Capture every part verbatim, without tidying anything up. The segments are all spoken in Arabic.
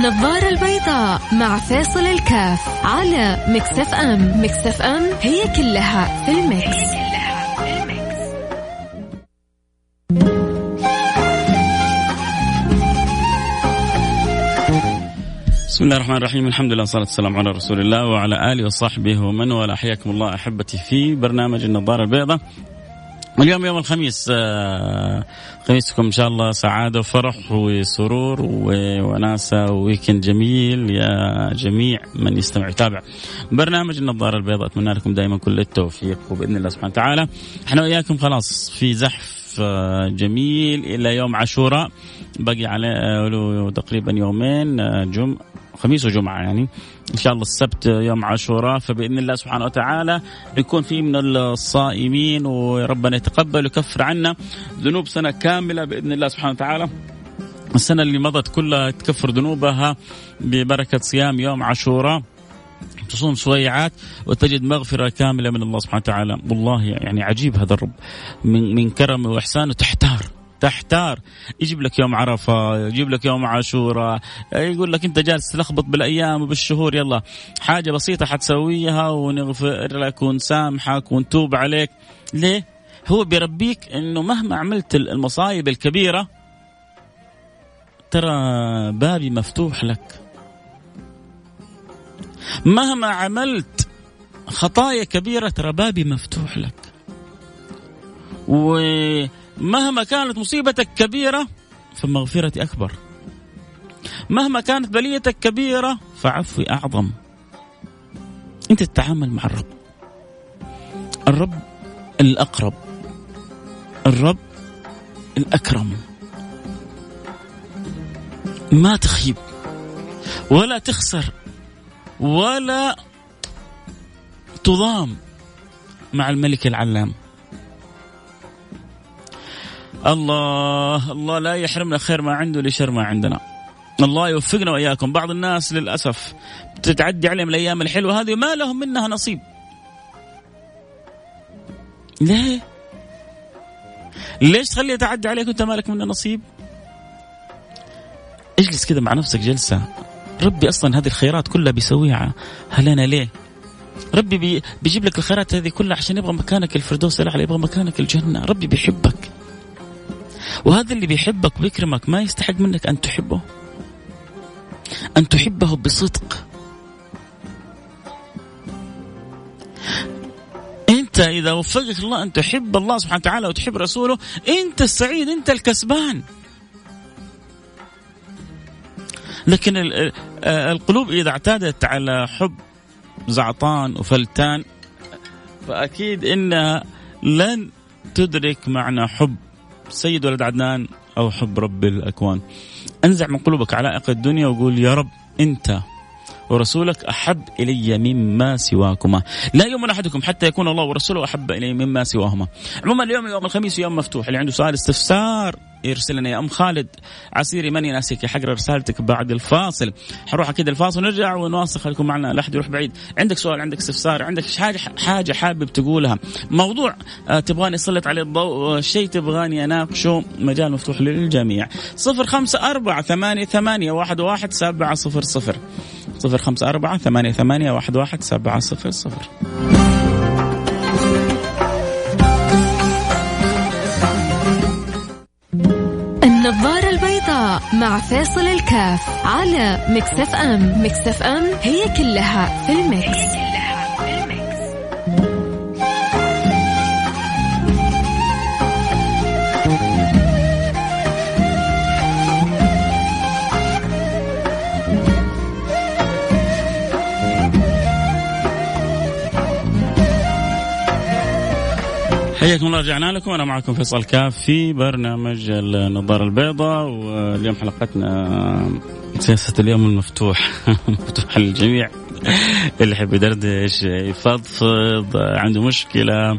النظارة البيضاء مع فاصل الكاف على ميكس اف ام. ميكس اف ام هي كلها في الميكس. بسم الله الرحمن الرحيم. الحمد لله والصلاة والسلام على رسول الله وعلى آله وصحبه ومن والاه. حياكم الله أحبتي في برنامج النظارة البيضاء. اليوم يوم الخميس، خميسكم إن شاء الله سعادة وفرح وسرور وناسة وويكند جميل يا جميع من يستمع يتابع برنامج النظارة البيضاء. أتمنى لكم دائما كل التوفيق وبإذن الله سبحانه وتعالى. احنا وإياكم خلاص في زحف جميل إلى يوم عاشوراء، بقي عليه تقريبا يومين، جمعة خميس وجمعة، يعني إن شاء الله السبت يوم عاشوراء، فبإذن الله سبحانه وتعالى نكون فيه من الصائمين وربنا يتقبل ويكفر عنا ذنوب سنة كاملة بإذن الله سبحانه وتعالى. السنة اللي مضت كلها تكفر ذنوبها ببركة صيام يوم عاشوراء، تصوم سويعات وتجد مغفرة كاملة من الله سبحانه وتعالى. والله يعني عجيب هذا الرب من, من كرمه وإحسانه. تحتار تحتار يجيب لك يوم عرفة، يجيب لك يوم عاشوراء، يقول لك أنت جالس تلخبط بالأيام وبالشهور، يلا حاجة بسيطة حتسويها ونغفر لك ونسامحك ونتوب عليك. ليه؟ هو بيربيك إنه مهما عملت المصايب الكبيرة ترى بابي مفتوح لك، مهما عملت خطايا كبيرة ترى بابي مفتوح لك، ومهما كانت مصيبتك كبيرة فمغفرتي أكبر، مهما كانت بليتك كبيرة فعفوي أعظم. أنت تتعامل مع الرب، الرب الأقرب، الرب الأكرم، ما تخيب ولا تخسر ولا تضام مع الملك العلام. الله الله لا يحرمنا خير ما عنده لشر ما عندنا. الله يوفقنا وإياكم. بعض الناس للأسف تتعدي عليهم الأيام الحلوة هذه ما لهم منها نصيب. ليه؟ ليش تخلي يتعدي عليك وانت مالك منها نصيب؟ اجلس كده مع نفسك جلسة. ربي أصلا هذه الخيرات كلها بيسويها هلنا ليه؟ ربي بي بيجيب لك الخيرات هذه كلها عشان يبغى مكانك الفردوس الأعلى، يبغى مكانك الجنة. ربي بيحبك، وهذا اللي بيحبك ويكرمك ما يستحق منك أن تحبه، أن تحبه بصدق. أنت إذا وفقك الله أن تحب الله سبحانه وتعالى وتحب رسوله، أنت السعيد، أنت الكسبان. لكن القلوب إذا اعتادت على حب زعطان وفلتان فأكيد إنها لن تدرك معنى حب سيد ولد عدنان أو حب رب الأكوان. أنزع من قلوبك علائق الدنيا وقول يا رب أنت ورسولك أحب إلي مما سواكما، لا يؤمن أحدكم حتى يكون الله ورسوله أحب إلي مما سواهما. عموما اليوم يوم الخميس يوم مفتوح، اللي عنده سؤال استفسار يرسل لنا. يا أم خالد عسيري ماني ناسيك، حقرأ رسالتك بعد الفاصل. حروح أكيد الفاصل ونرجع ونواصل، خليكم معنا لا أحد يروح بعيد. عندك سؤال، عندك استفسار، عندك حاجة حاجة حابب تقولها، موضوع تبغاني أسلط عليه الضوء، شيء تبغاني أناقشه، مجال مفتوح للجميع. صفر خمسة أربعة ثمانية ثمانية واحد واحد سبعة صفر صفر صفر خمسة أربعة ثمانية ثمانية واحد واحد سبعة صفر صفر. النظارة البيضاء مع فاصل الكاف على ميكس اف ام. ميكس اف ام هي كلها في الميكس. حياكم الله، رجعنا لكم. أنا معكم فيصل كاف في برنامج النظارة البيضاء، واليوم حلقتنا سياسة اليوم المفتوح مفتوح للجميع اللي يحب يدردش يفضفض عنده مشكلة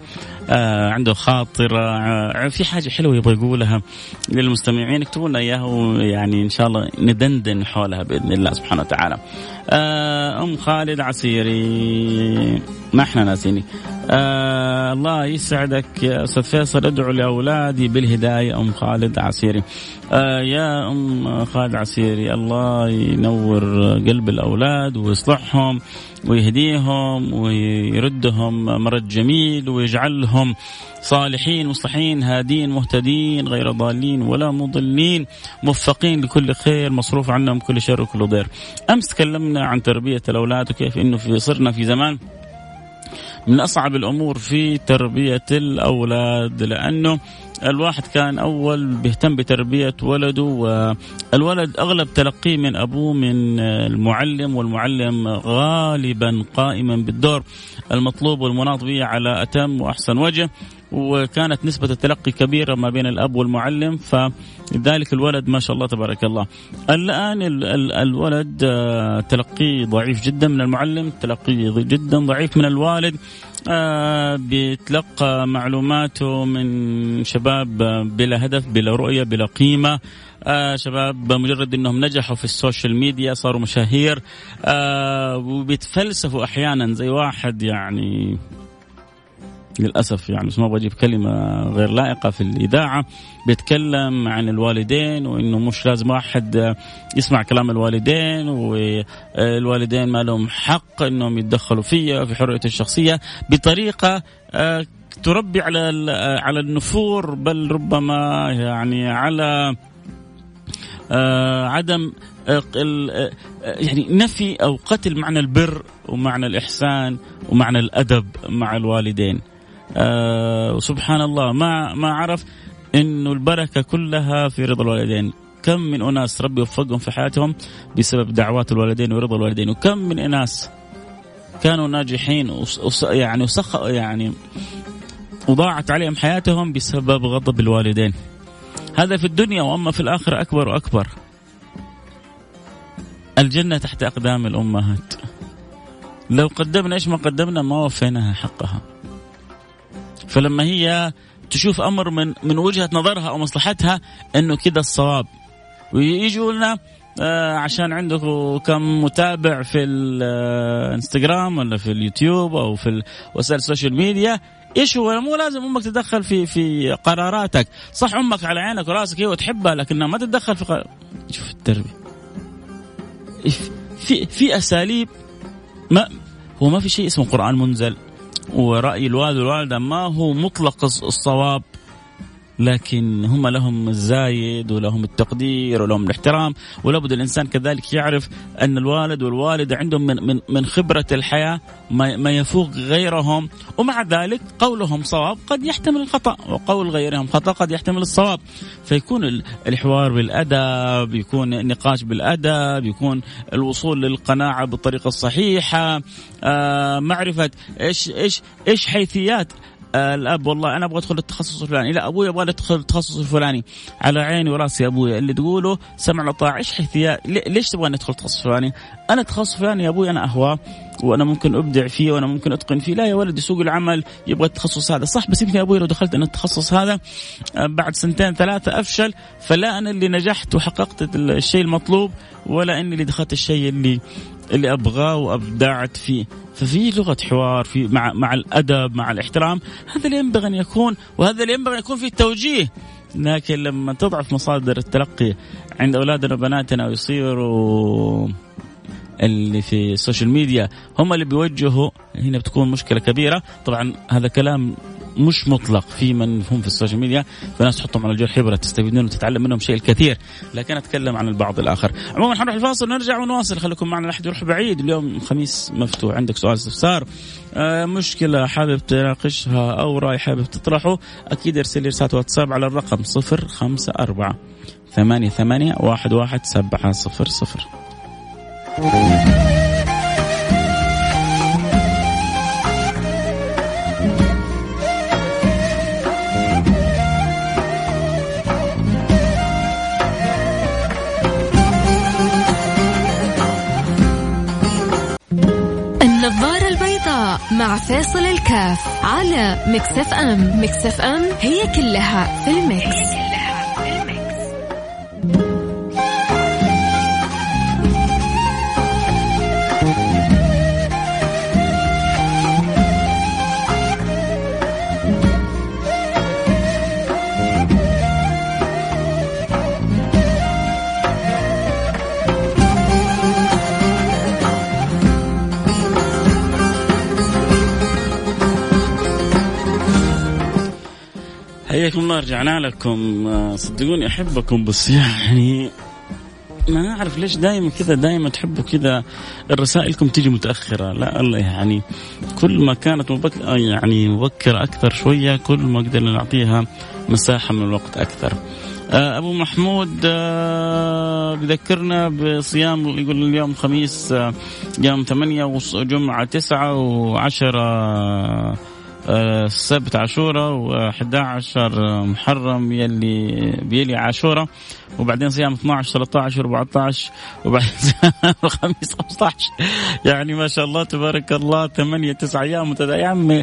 آه عنده خاطرة آه في حاجة حلوة يبغى يقولها للمستمعين، اكتبوا لنا إياها يعني إن شاء الله ندندن حولها بإذن الله سبحانه وتعالى. آه أم خالد عسيري، ما احنا ناسينك. آه الله يسعدك يا أستاذ فيصل، أدعو لأولادي بالهداية. أم خالد عسيري، آه يا أم خالد عسيري الله ينور قلب الأولاد ويصلحهم ويهديهم ويردهم مرد جميل ويجعلهم صالحين مصلحين هادين مهتدين غير ضالين ولا مضلين موفقين لكل خير مصروف عنهم كل شر وكل ضير. أمس تكلمنا عن تربية الأولاد وكيف إنه في صرنا في زمان من أصعب الأمور في تربية الأولاد، لأنه الواحد كان أول بيهتم بتربية ولده، والولد أغلب تلقيه من أبوه من المعلم، والمعلم غالبا قائما بالدور المطلوب والمناط به على أتم وأحسن وجه، وكانت نسبة التلقي كبيرة ما بين الأب والمعلم، فلذلك الولد ما شاء الله تبارك الله. الآن ال ال الولد تلقي ضعيف جدا من المعلم، تلقي جدا ضعيف من الوالد، آه بيتلقى معلوماته من شباب بلا هدف بلا رؤية بلا قيمة، آه شباب مجرد أنهم نجحوا في السوشيال ميديا صاروا مشاهير، آه وبيتفلسفوا أحيانا زي واحد يعني للأسف يعني بس ما بجيب كلمة غير لائقة في الإذاعة بيتكلم عن الوالدين وإنه مش لازم واحد يسمع كلام الوالدين، والوالدين ما لهم حق إنهم يتدخلوا فيها في حرية الشخصية بطريقة تربي على على النفور، بل ربما يعني على عدم يعني نفي أو قتل معنى البر ومعنى الإحسان ومعنى الأدب مع الوالدين. أه وسبحان الله ما ما عرف إنه البركة كلها في رضا الوالدين. كم من أناس ربي وفقهم في حياتهم بسبب دعوات الوالدين ورضا الوالدين، وكم من أناس كانوا ناجحين وص يعني وسخ يعني وضاعت عليهم حياتهم بسبب غضب الوالدين. هذا في الدنيا، وأما في الآخرة أكبر وأكبر. الجنة تحت أقدام الأمهات، لو قدمنا إيش ما قدمنا ما وفيناها حقها. فلما هي تشوف أمر من من وجهة نظرها أو مصلحتها إنه كده الصواب، ويجوا لنا آه عشان عندكم كم متابع في الانستغرام ولا في اليوتيوب أو في وسائل السوشيال ميديا، إيش هو مو لازم أمك تتدخل في في قراراتك. صح أمك على عينك وراسك هي وتحبها، لكنها ما تتدخل في قرار. شوف التربية في في أساليب، ما هو ما في شيء اسمه قرآن منزل، ورأي الوالد والوالدة ما هو مطلق الصواب، لكن هم لهم الزايد ولهم التقدير ولهم الاحترام، ولابد الإنسان كذلك يعرف أن الوالد والوالدة عندهم من من من خبرة الحياة ما ما يفوق غيرهم، ومع ذلك قولهم صواب قد يحتمل الخطأ، وقول غيرهم خطأ قد يحتمل الصواب. فيكون الحوار بالأدب، يكون النقاش بالأدب، يكون الوصول للقناعة بالطريقة الصحيحة، آه معرفة إيش إيش إيش حيثيات الأب. والله أنا أبغى أدخل التخصص الفلاني، لا أبوي أبغى أدخل التخصص الفلاني، على عيني وراسي أبوي، اللي تقوله سمع وطاعة. إيش حيثيات؟ ليش تبغى ندخل التخصص الفلاني؟ أنا التخصص الفلاني يا أبوي أنا أهواه وأنا ممكن أبدع فيه وأنا ممكن أتقن فيه. لا يا ولد، سوق العمل يبغى التخصص هذا، صح، بس يمكن يا أبوي لو دخلت أنا التخصص هذا بعد سنتين ثلاثة أفشل، فلا أنا اللي نجحت وحققت الشيء المطلوب، ولا إني اللي دخلت الشيء اللي اللي أبغاه وأبدعت فيه. ففي لغة حوار في مع مع الأدب مع الاحترام، هذا اللي ينبغي أن يكون، وهذا اللي ينبغي أن يكون فيه التوجيه. لكن لما تضعف مصادر التلقي عند أولادنا وبناتنا ويصيروا اللي في السوشيال ميديا هم اللي بيوجهوا، هنا بتكون مشكلة كبيرة. طبعا هذا كلام مش مطلق، في من هم في السوشيال ميديا فناس تحطهم على الجرح حبرة تستفيدون وتتعلم منهم شيء الكثير، لكن أتكلم عن البعض الآخر. عموما حنروح الفاصل ونرجع ونواصل، خليكم معنا لا أحد يروح بعيد. اليوم خميس مفتوح، عندك سؤال استفسار، آه مشكلة حابب تناقشها أو رأي حابب تطرحه، أكيد ارسل لي رسالة واتساب على الرقم صفر خمسة أربعة ثمانية ثمانية واحد واحد سبعة صفر صفر. النظارة البيضاء مع فاصل الكاف على ميكس اف ام. ميكس اف ام هي كلها في الميكس. حياكم الله، رجعنا لكم. صدقوني أحبكم، بس يعني ما أعرف ليش دائما كذا، دائما تحبوا كذا الرسائلكم تيجي متأخرة. لا الله، يعني كل ما كانت مبكرة يعني مبكرة أكثر شوية، كل ما قدرنا نعطيها مساحة من الوقت أكثر. أبو محمود بذكرنا بصيام، يقول اليوم خميس يوم ثمانية وجمعة تسعة وعشرة السبت عاشورة وأحد عشر محرم يلي بيلي عاشورة، وبعدين صيام اثني عشر ثلاثة عشر أربعة عشر وبعدين الخميس خمسة عشر. يعني ما شاء الله تبارك الله، ثمانية تسعة أيام متدايم.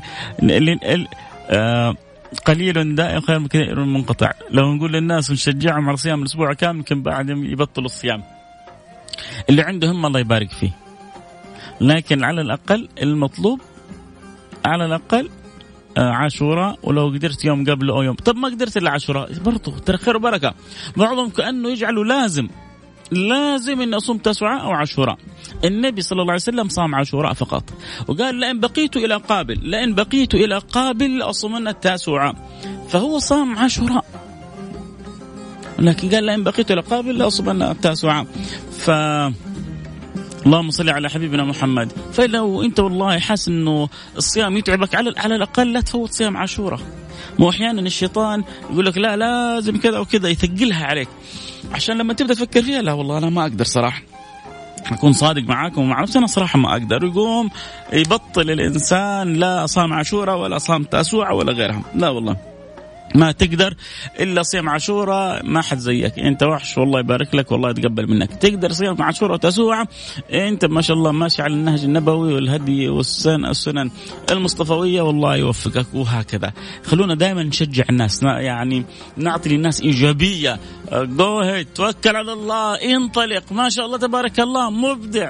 قليل دائم خير من كثير منقطع. لو نقول للناس ونشجعهم على صيام الأسبوع كامل يمكن بعد يبطلوا الصيام. اللي عندهم الله يبارك فيه، لكن على الأقل المطلوب على الأقل عاشوراء، ولو قدرت يوم قبل أو يوم. طب ما قدرت إلا عاشوراء برضو ترى خير وبركة. بعضهم كأنه يجعلوا لازم لازم إن أصوم تسعة أو عاشوراء. النبي صلى الله عليه وسلم صام عاشوراء فقط، وقال لئن بقيت إلى قابل لئن بقيت إلى قابل أصومن التاسعة، فهو صام عاشوراء، لكن قال لئن بقيت إلى قابل أصومن التاسعة. ف اللهم صل على حبيبنا محمد. فلو انت والله حاسس انه الصيام يتعبك، على على الاقل لا تفوت صيام عاشوراء. مو احيانا الشيطان يقول لك لا لازم كذا وكذا، يثقلها عليك عشان لما تبدا تفكر فيها لا والله انا ما اقدر صراحه. أكون صادق معاكم ومع نفسي، أنا صراحة ما أقدر. يقوم يبطل الإنسان لا صام عاشوراء ولا صام تاسوعة ولا غيرها، لا والله ما تقدر إلا صيام عاشوراء. ما حد زيك، أنت وحش والله يبارك لك والله يتقبل منك. تقدر صيام عاشوراء وتاسوعة، أنت ما شاء الله ماشي على النهج النبوي والهدي والسنن السنن المصطفوية، والله يوفقك. وهكذا خلونا دائما نشجع الناس، يعني نعطي للناس إيجابية. جو توكل على الله، انطلق، ما شاء الله تبارك الله مبدع،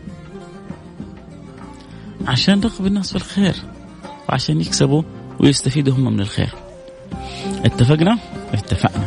عشان نرغب الناس في الخير وعشان يكسبوا ويستفيدوا هم من الخير. اتفقنا؟ اتفقنا.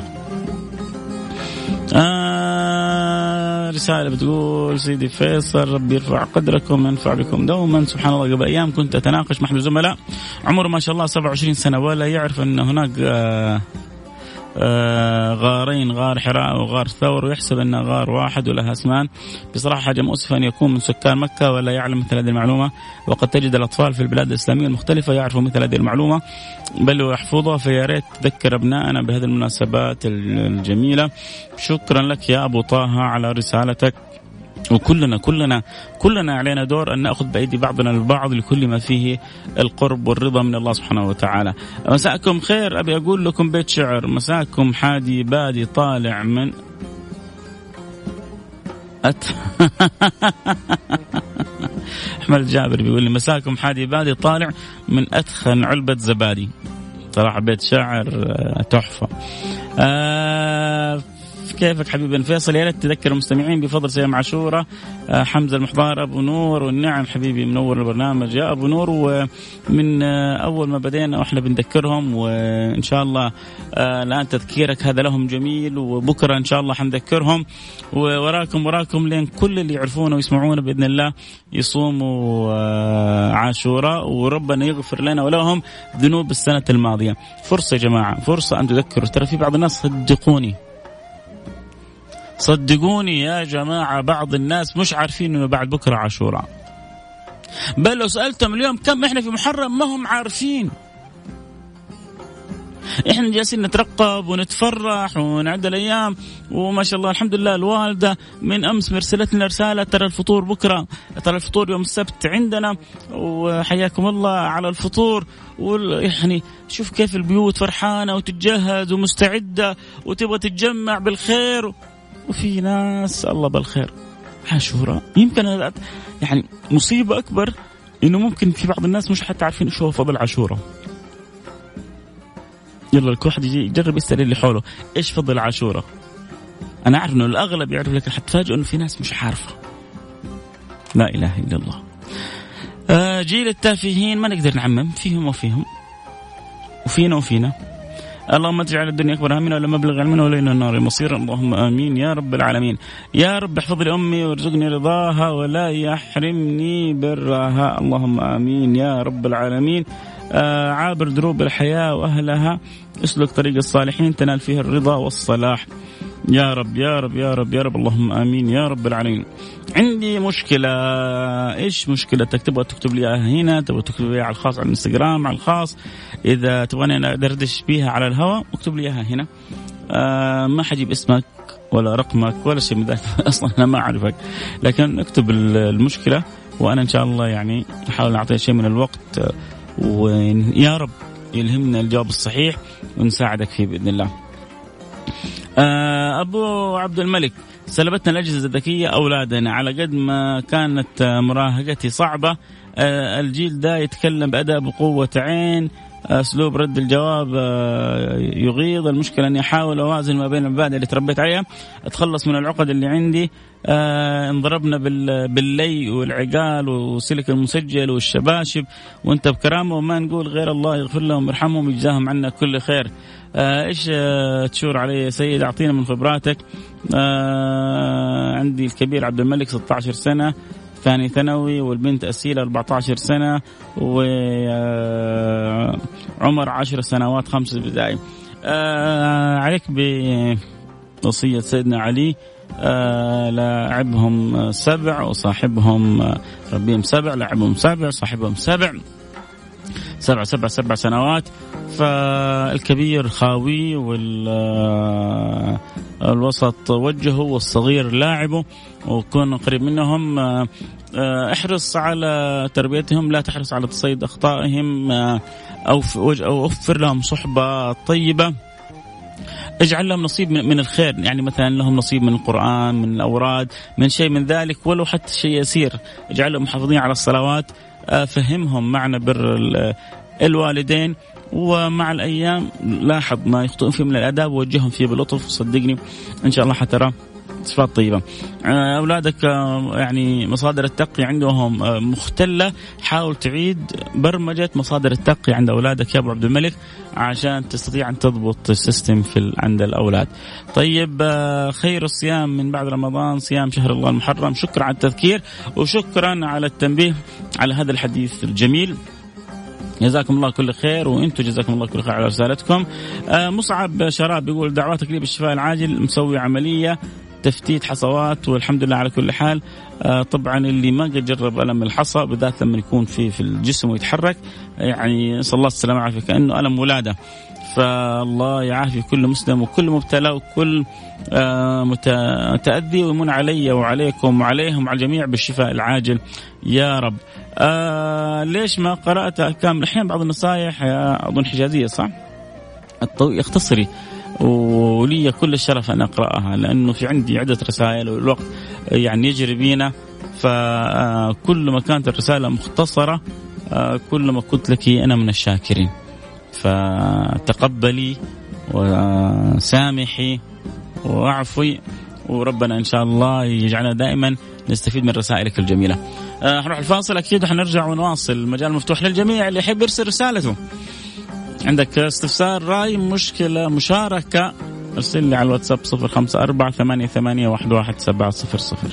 آه رسالة بتقول سيدي فيصل ربي يرفع قدركم وينفع بكم دوما. سبحان الله، قبل أيام كنت أتناقش مع زملاء عمره ما شاء الله سبعة وعشرين سنة ولا يعرف أن هناك آه آه غارين، غار حراء وغار ثور، ويحسب أن غار واحد ولها اسمان. بصراحة حاجة مؤسفة أن يكون من سكان مكة ولا يعلم مثل هذه المعلومة، وقد تجد الأطفال في البلاد الإسلامية المختلفة يعرفوا مثل هذه المعلومة بل ويحفظها. فيا ريت تذكر أبنائنا بهذه المناسبات الجميلة. شكرا لك يا أبو طه على رسالتك. وكلنا كلنا كلنا علينا دور أن نأخذ بأيدي بعضنا البعض لكل ما فيه القرب والرضا من الله سبحانه وتعالى. مساءكم خير، أبي أقول لكم بيت شعر. مساءكم حادي بادي طالع من أت أحمد جابر بيقول لي مساءكم حادي بادي طالع من أتخن علبة زبادي. صراحة بيت شعر تحفة. آه كيفك حبيبي فيصل؟ يا ريت تذكر المستمعين بفضل صيام عاشوراء. حمزة المحضار أبو نور، والنعم حبيبي منور البرنامج يا أبو نور. ومن أول ما بدينا وإحنا بنذكرهم، وإن شاء الله الآن تذكيرك هذا لهم جميل، وبكرة إن شاء الله حنذكرهم. ووراكم وراكم لين كل اللي يعرفونا ويسمعونا بإذن الله يصوموا عاشوراء، وربنا يغفر لنا ولهم ذنوب السنة الماضية. فرصة يا جماعة، فرصة أن تذكروا. ترى في بعض الناس صدقوني صدقوني يا جماعة، بعض الناس مش عارفين إنه بعد بكرة عاشوراء، بل لو سألتم اليوم كم إحنا في محرم ما هم عارفين. إحنا جالسين نترقب ونتفرح ونعد الأيام، وما شاء الله الحمد لله الوالدة من أمس مرسلت لنا رسالة ترى الفطور بكرة، ترى الفطور يوم السبت عندنا، وحياكم الله على الفطور. يعني شوف كيف البيوت فرحانة وتتجهز ومستعدة وتبغى تتجمع بالخير، وفي ناس الله بالخير عاشوراء. يمكن يعني مصيبة أكبر إنه ممكن في بعض الناس مش حتى عارفين إيش هو فضل عاشوراء. يلا كل واحد يجي يجرب يسأل اللي حوله إيش فضل عاشوراء. أنا أعرف إنه الأغلب يعرف، لكن حتفاجئ إنه في ناس مش عارفة. لا إله إلا الله. آه جيل التافهين ما نقدر نعمم، فيهم وفيهم وفينا وفينا. اللهم اجعل الدنيا أكبر همنا ولا مبلغ علمنا ولا إلى النار مصير. اللهم آمين يا رب العالمين. يا رب احفظ لي أمي وارزقني رضاها ولا يحرمني برها. اللهم آمين يا رب العالمين. آه عابر دروب الحياة وأهلها، اسلك طريق الصالحين تنال فيه الرضا والصلاح. يا رب يا رب يا رب يا رب. اللهم آمين يا رب العالمين. عندي مشكلة. إيش مشكلتك؟ تبغى تكتب لي إياها هنا، تبغى تكتب لي على الخاص على الانستغرام على الخاص، إذا تبغاني أنا أدردش بيها على الهواء اكتب لي إياها هنا. آه ما حجيب اسمك ولا رقمك ولا شيء من ذلك أصلا أنا ما أعرفك، لكن اكتب المشكلة وأنا إن شاء الله يعني أحاول أعطيها شيء من الوقت، ويا رب يلهمنا الجواب الصحيح ونساعدك فيه بإذن الله. أبو عبد الملك، سلبتنا الأجهزة الذكية أولادنا، على قد ما كانت مراهقتي صعبة الجيل ده يتكلم بأداء بقوة عين، أسلوب رد الجواب يغيظ. المشكلة أني أحاول أوازن ما بين المبادئ اللي تربيت عليها، أتخلص من العقد اللي عندي. انضربنا باللي والعقال وسلك المسجل والشباشب وانت بكرامة، وما نقول غير الله يغفر لهم ويرحمهم ويجزاهم عنا كل خير. ايش تشور علي يا سيد؟ اعطينا من خبراتك. عندي الكبير عبد الملك ستة عشر سنة ثاني ثانوي، والبنت أسيلة أربعة عشر سنة، وعمر عشر سنوات خمس بداية. عليك بوصية سيدنا علي، لاعبهم سبع وصاحبهم ربيهم سبع، لاعبهم سبع صاحبهم سبع، سبع سبع سبع سنوات. فالكبير خاوي والوسط وجهه والصغير لاعبه، وكون قريب منهم. احرص على تربيتهم، لا تحرص على تصيد أخطائهم، أو أوفر لهم صحبة طيبة، اجعل لهم نصيب من الخير، يعني مثلا لهم نصيب من القرآن، من الأوراد، من شيء من ذلك ولو حتى شيء يسير. اجعلهم محافظين على الصلوات، فهمهم معنى بر الوالدين، ومع الأيام لاحظ ما يخطئون فيه من الأداب ووجههم فيه بلطف، وصدقني إن شاء الله حترى صفات طيبة. أولادك يعني مصادر التقي عندهم مختلة، حاول تعيد برمجة مصادر التقي عند أولادك يا أبو عبد الملك عشان تستطيع أن تضبط السيستم في عند الأولاد. طيب، خير الصيام من بعد رمضان صيام شهر الله المحرم. شكرا على التذكير وشكرا على التنبيه على هذا الحديث الجميل. جزاكم الله كل خير، وانتم جزاكم الله كل خير على رسالتكم. آه مصعب شراب بيقول دعواتك لي بالشفاء العاجل، مسوي عملية تفتيت حصوات والحمد لله على كل حال. آه طبعا اللي ما قد جرب ألم الحصى بالذات لما يكون في في الجسم ويتحرك، يعني نسأل الله السلامة والعافية، كأنه ألم ولادة. فالله يعافي كل مسلم وكل مبتلى وكل آه متأذي، ويمن علي وعليكم وعليهم وعلى الجميع بالشفاء العاجل يا رب. آه ليش ما قرأت كامل؟ أحيانا بعض النصائح أظن حجازية صح؟ اختصري، ولي كل الشرف أن أقرأها لأنه في عندي عدة رسائل والوقت يعني يجري بينا، فكل ما كانت الرسالة مختصرة كل ما كنت لك أنا من الشاكرين. فتقبلي وسامحي وأعفي، وربنا إن شاء الله يجعلنا دائما نستفيد من رسائلك الجميلة. أه هنروح الفاصل أكيد وحنرجع ونواصل. المجال مفتوح للجميع، اللي يحب يرسل رسالته. عندك استفسار، رأي، مشكلة، مشاركة، ارسل لي على الواتساب صفر خمسة أربعة ثمانية ثمانية واحد واحد سبعة صفر صفر.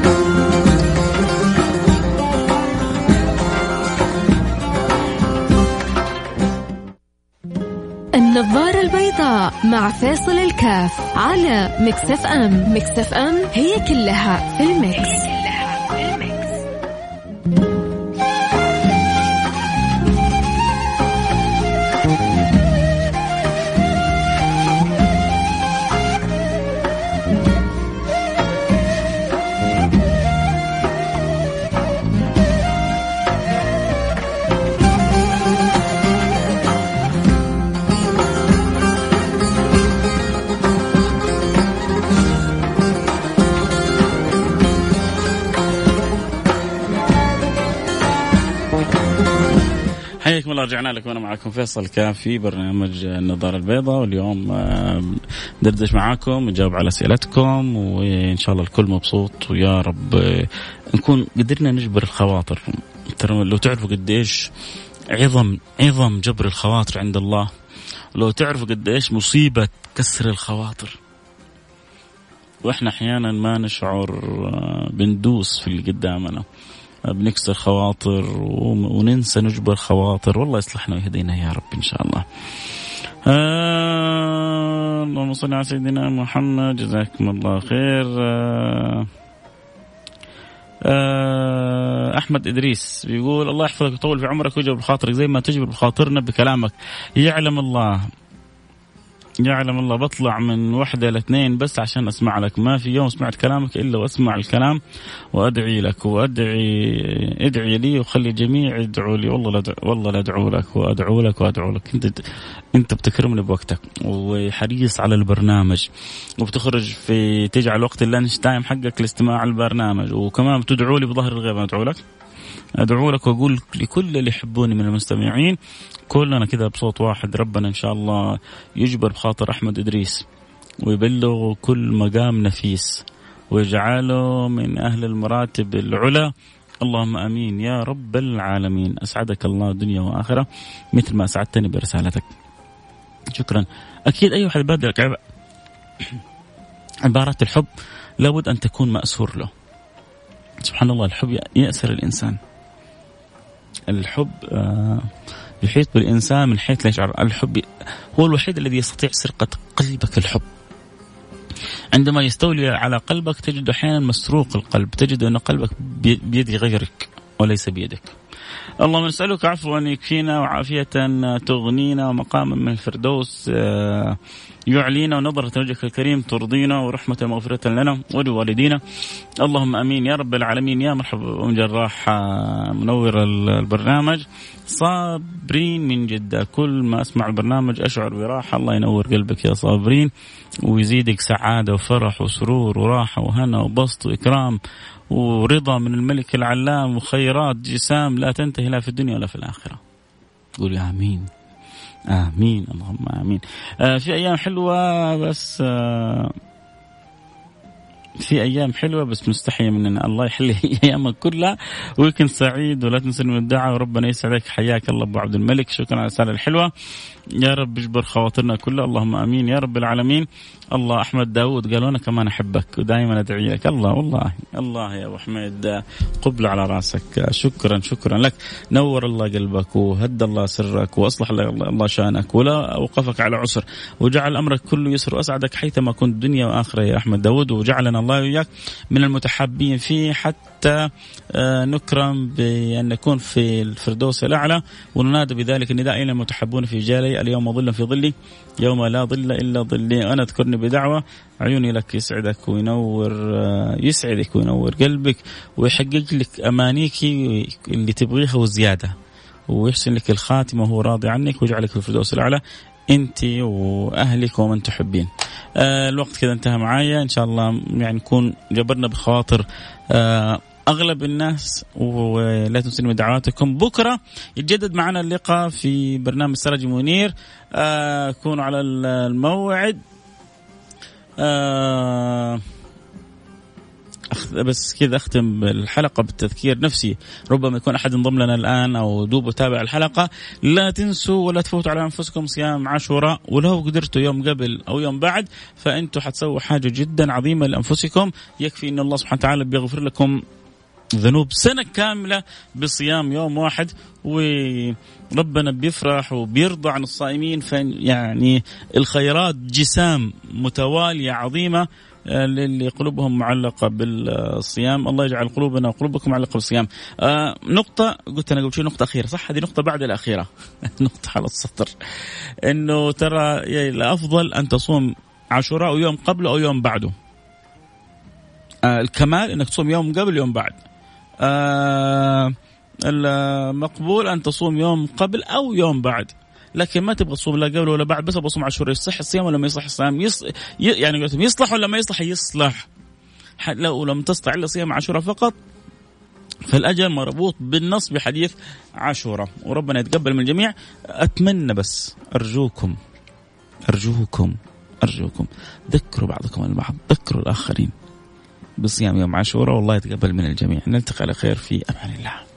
النظارة البيضاء مع فاصل الكاف على ميكس اف ام. ميكس اف ام هي كلها في الميكس. حياكم الله. رجعنا لكم وانا معكم فيصل كاف في برنامج النظارة البيضاء، واليوم دردش معاكم نجاوب على اسئلتكم، وان شاء الله الكل مبسوط، ويا رب نكون قدرنا نجبر الخواطر. ترى لو تعرفوا قديش عظم عظم جبر الخواطر عند الله، لو تعرفوا قديش مصيبة كسر الخواطر، واحنا احيانا ما نشعر بندوس في اللي قدامنا، بنكسر خواطر وننسى نجبر خواطر. والله يصلحنا ويهدينا يا رب إن شاء الله. آه اللهم صل على سيدنا محمد. جزاكم الله خير. آه آه أحمد إدريس بيقول الله يحفظك ويطول في عمرك ويجبر بخاطرك زي ما تجبر بخاطرنا بكلامك. يعلم الله يعلم الله بطلع من واحدة لاثنين بس عشان أسمع لك، ما في يوم سمعت كلامك إلا وأسمع الكلام وأدعي لك وأدعي ادعي لي وخلي جميع يدعوا لي. والله لا والله لا أدعو لك وأدعو لك وأدعو لك. أنت أنت بتكرمني بوقتك وحريص على البرنامج، وبتخرج في تجعل وقت اللانش تايم حقك لاستماع البرنامج، وكمان بتدعو لي بظهر الغيب. أدعو لك أدعو لك وأقول لكل اللي يحبوني من المستمعين كلنا كذا بصوت واحد، ربنا إن شاء الله يجبر بخاطر أحمد إدريس ويبلغ كل مقام نفيس ويجعله من أهل المراتب العلى. اللهم أمين يا رب العالمين. أسعدك الله دنيا وآخرة مثل ما أسعدتني برسالتك. شكرا. أكيد أي واحد بادرك عبارات الحب لابد أن تكون مأسور له. سبحان الله، الحب يأسر الإنسان. الحب آه يحيط بالإنسان من حيث لا يشعر. الحب هو الوحيد الذي يستطيع سرقة قلبك. الحب عندما يستولي على قلبك تجد أحيانا مسروق القلب، تجد أن قلبك بيد غيرك وليس بيدك. اللهم نسألك عفوا يكفينا وعافية تغنينا ومقاما من الفردوس يعلينا ونظرة وجهك الكريم ترضينا ورحمة مغفرة لنا ولوالدينا. اللهم أمين يا رب العالمين. يا مرحبا أم جراح منور البرنامج، صابرين من جدة. كل ما أسمع البرنامج أشعر براحة. الله ينور قلبك يا صابرين ويزيدك سعادة وفرح وسرور وراحة وهنا وبسط وإكرام ورضا من الملك العلام وخيرات جسام لا تنتهي لا في الدنيا ولا في الآخرة. قولي آمين آمين اللهم آمين. آه في أيام حلوة بس آه في أيام حلوة بس مستحية مننا. الله يحلي أيامك كلها ويكن سعيد ولا تنسى من الدعاء وربنا يسعدك. حياك الله أبو عبد الملك. شكرا على الرسالة الحلوة. يا رب يجبر خواطرنا كلها. اللهم آمين يا رب العالمين. الله أحمد داود قال أنا كمان أحبك ودائما أدعي لك. الله والله الله يا أبو حميد قبل على راسك. شكرا شكرا لك. نور الله قلبك وهد الله سرك وأصلح الله شأنك ولا أوقفك على عسر وجعل أمرك كله يسر وأسعدك حيثما كنت دنيا وآخرة يا أحمد داود، وجعلنا الله وياك من المتحابين فيه حتى نكرم بأن نكون في الفردوس الأعلى وننادى بذلك النداء إلى المتحبون في جالي اليوم ظل في ظلي يوم لا ظل إلا ظلي. أنا اذكرني بدعوة عيوني لك يسعدك وينور يسعدك وينور قلبك ويحقق لك أمانيك اللي تبغيها وزيادة ويحسن لك الخاتمة وهو راضي عنك ويجعلك في الفردوس الأعلى أنت وأهلك ومن تحبين. آه الوقت كذا انتهى معايا. إن شاء الله يعني نكون جبرنا بخواطر آه أغلب الناس ولا تنسوا دعواتكم. بكرة يتجدد معنا اللقاء في برنامج سراج منير. آه كونوا على الموعد. آه بس كذا أختم الحلقة بالتذكير نفسي، ربما يكون أحد انضم لنا الآن أو دوب تابع الحلقة. لا تنسوا ولا تفوتوا على أنفسكم صيام عاشوراء، ولو قدرتوا يوم قبل أو يوم بعد فأنتوا حتسووا حاجة جدا عظيمة لأنفسكم. يكفي أن الله سبحانه وتعالى بيغفر لكم ذنوب سنة كاملة بصيام يوم واحد، وربنا بيفرح وبيرضى عن الصائمين. فيعني الخيرات جسام متوالية عظيمة للي قلوبهم معلقة بالصيام. الله يجعل قلوبنا وقلوبكم معلقة بالصيام. آه نقطة قلت أنا قبل شيء نقطة أخيرة، صح هذه نقطة بعد الأخيرة نقطة على السطر، إنه ترى الأفضل أن تصوم عاشوراء يوم قبله أو يوم بعده. آه الكمال إنك تصوم يوم قبل يوم بعد. آه المقبول أن تصوم يوم قبل أو يوم بعد، لكن ما تبغى تصوم لا قبل ولا بعد، بس أبغى أصوم عاشوراء. يصح الصيام ولا ما يصح الصيام؟ يص... يعني يصلح ولا ما يصلح؟ يصلح. لو لم تستطع إلا صيام عاشوراء فقط فالأجر مربوط بالنص بحديث عاشوراء، وربنا يتقبل من الجميع. أتمنى بس أرجوكم أرجوكم أرجوكم ذكروا بعضكم البعض، ذكروا الآخرين بصيام يوم عاشوراء، والله يتقبل من الجميع. نلتقي على خير في أمان الله.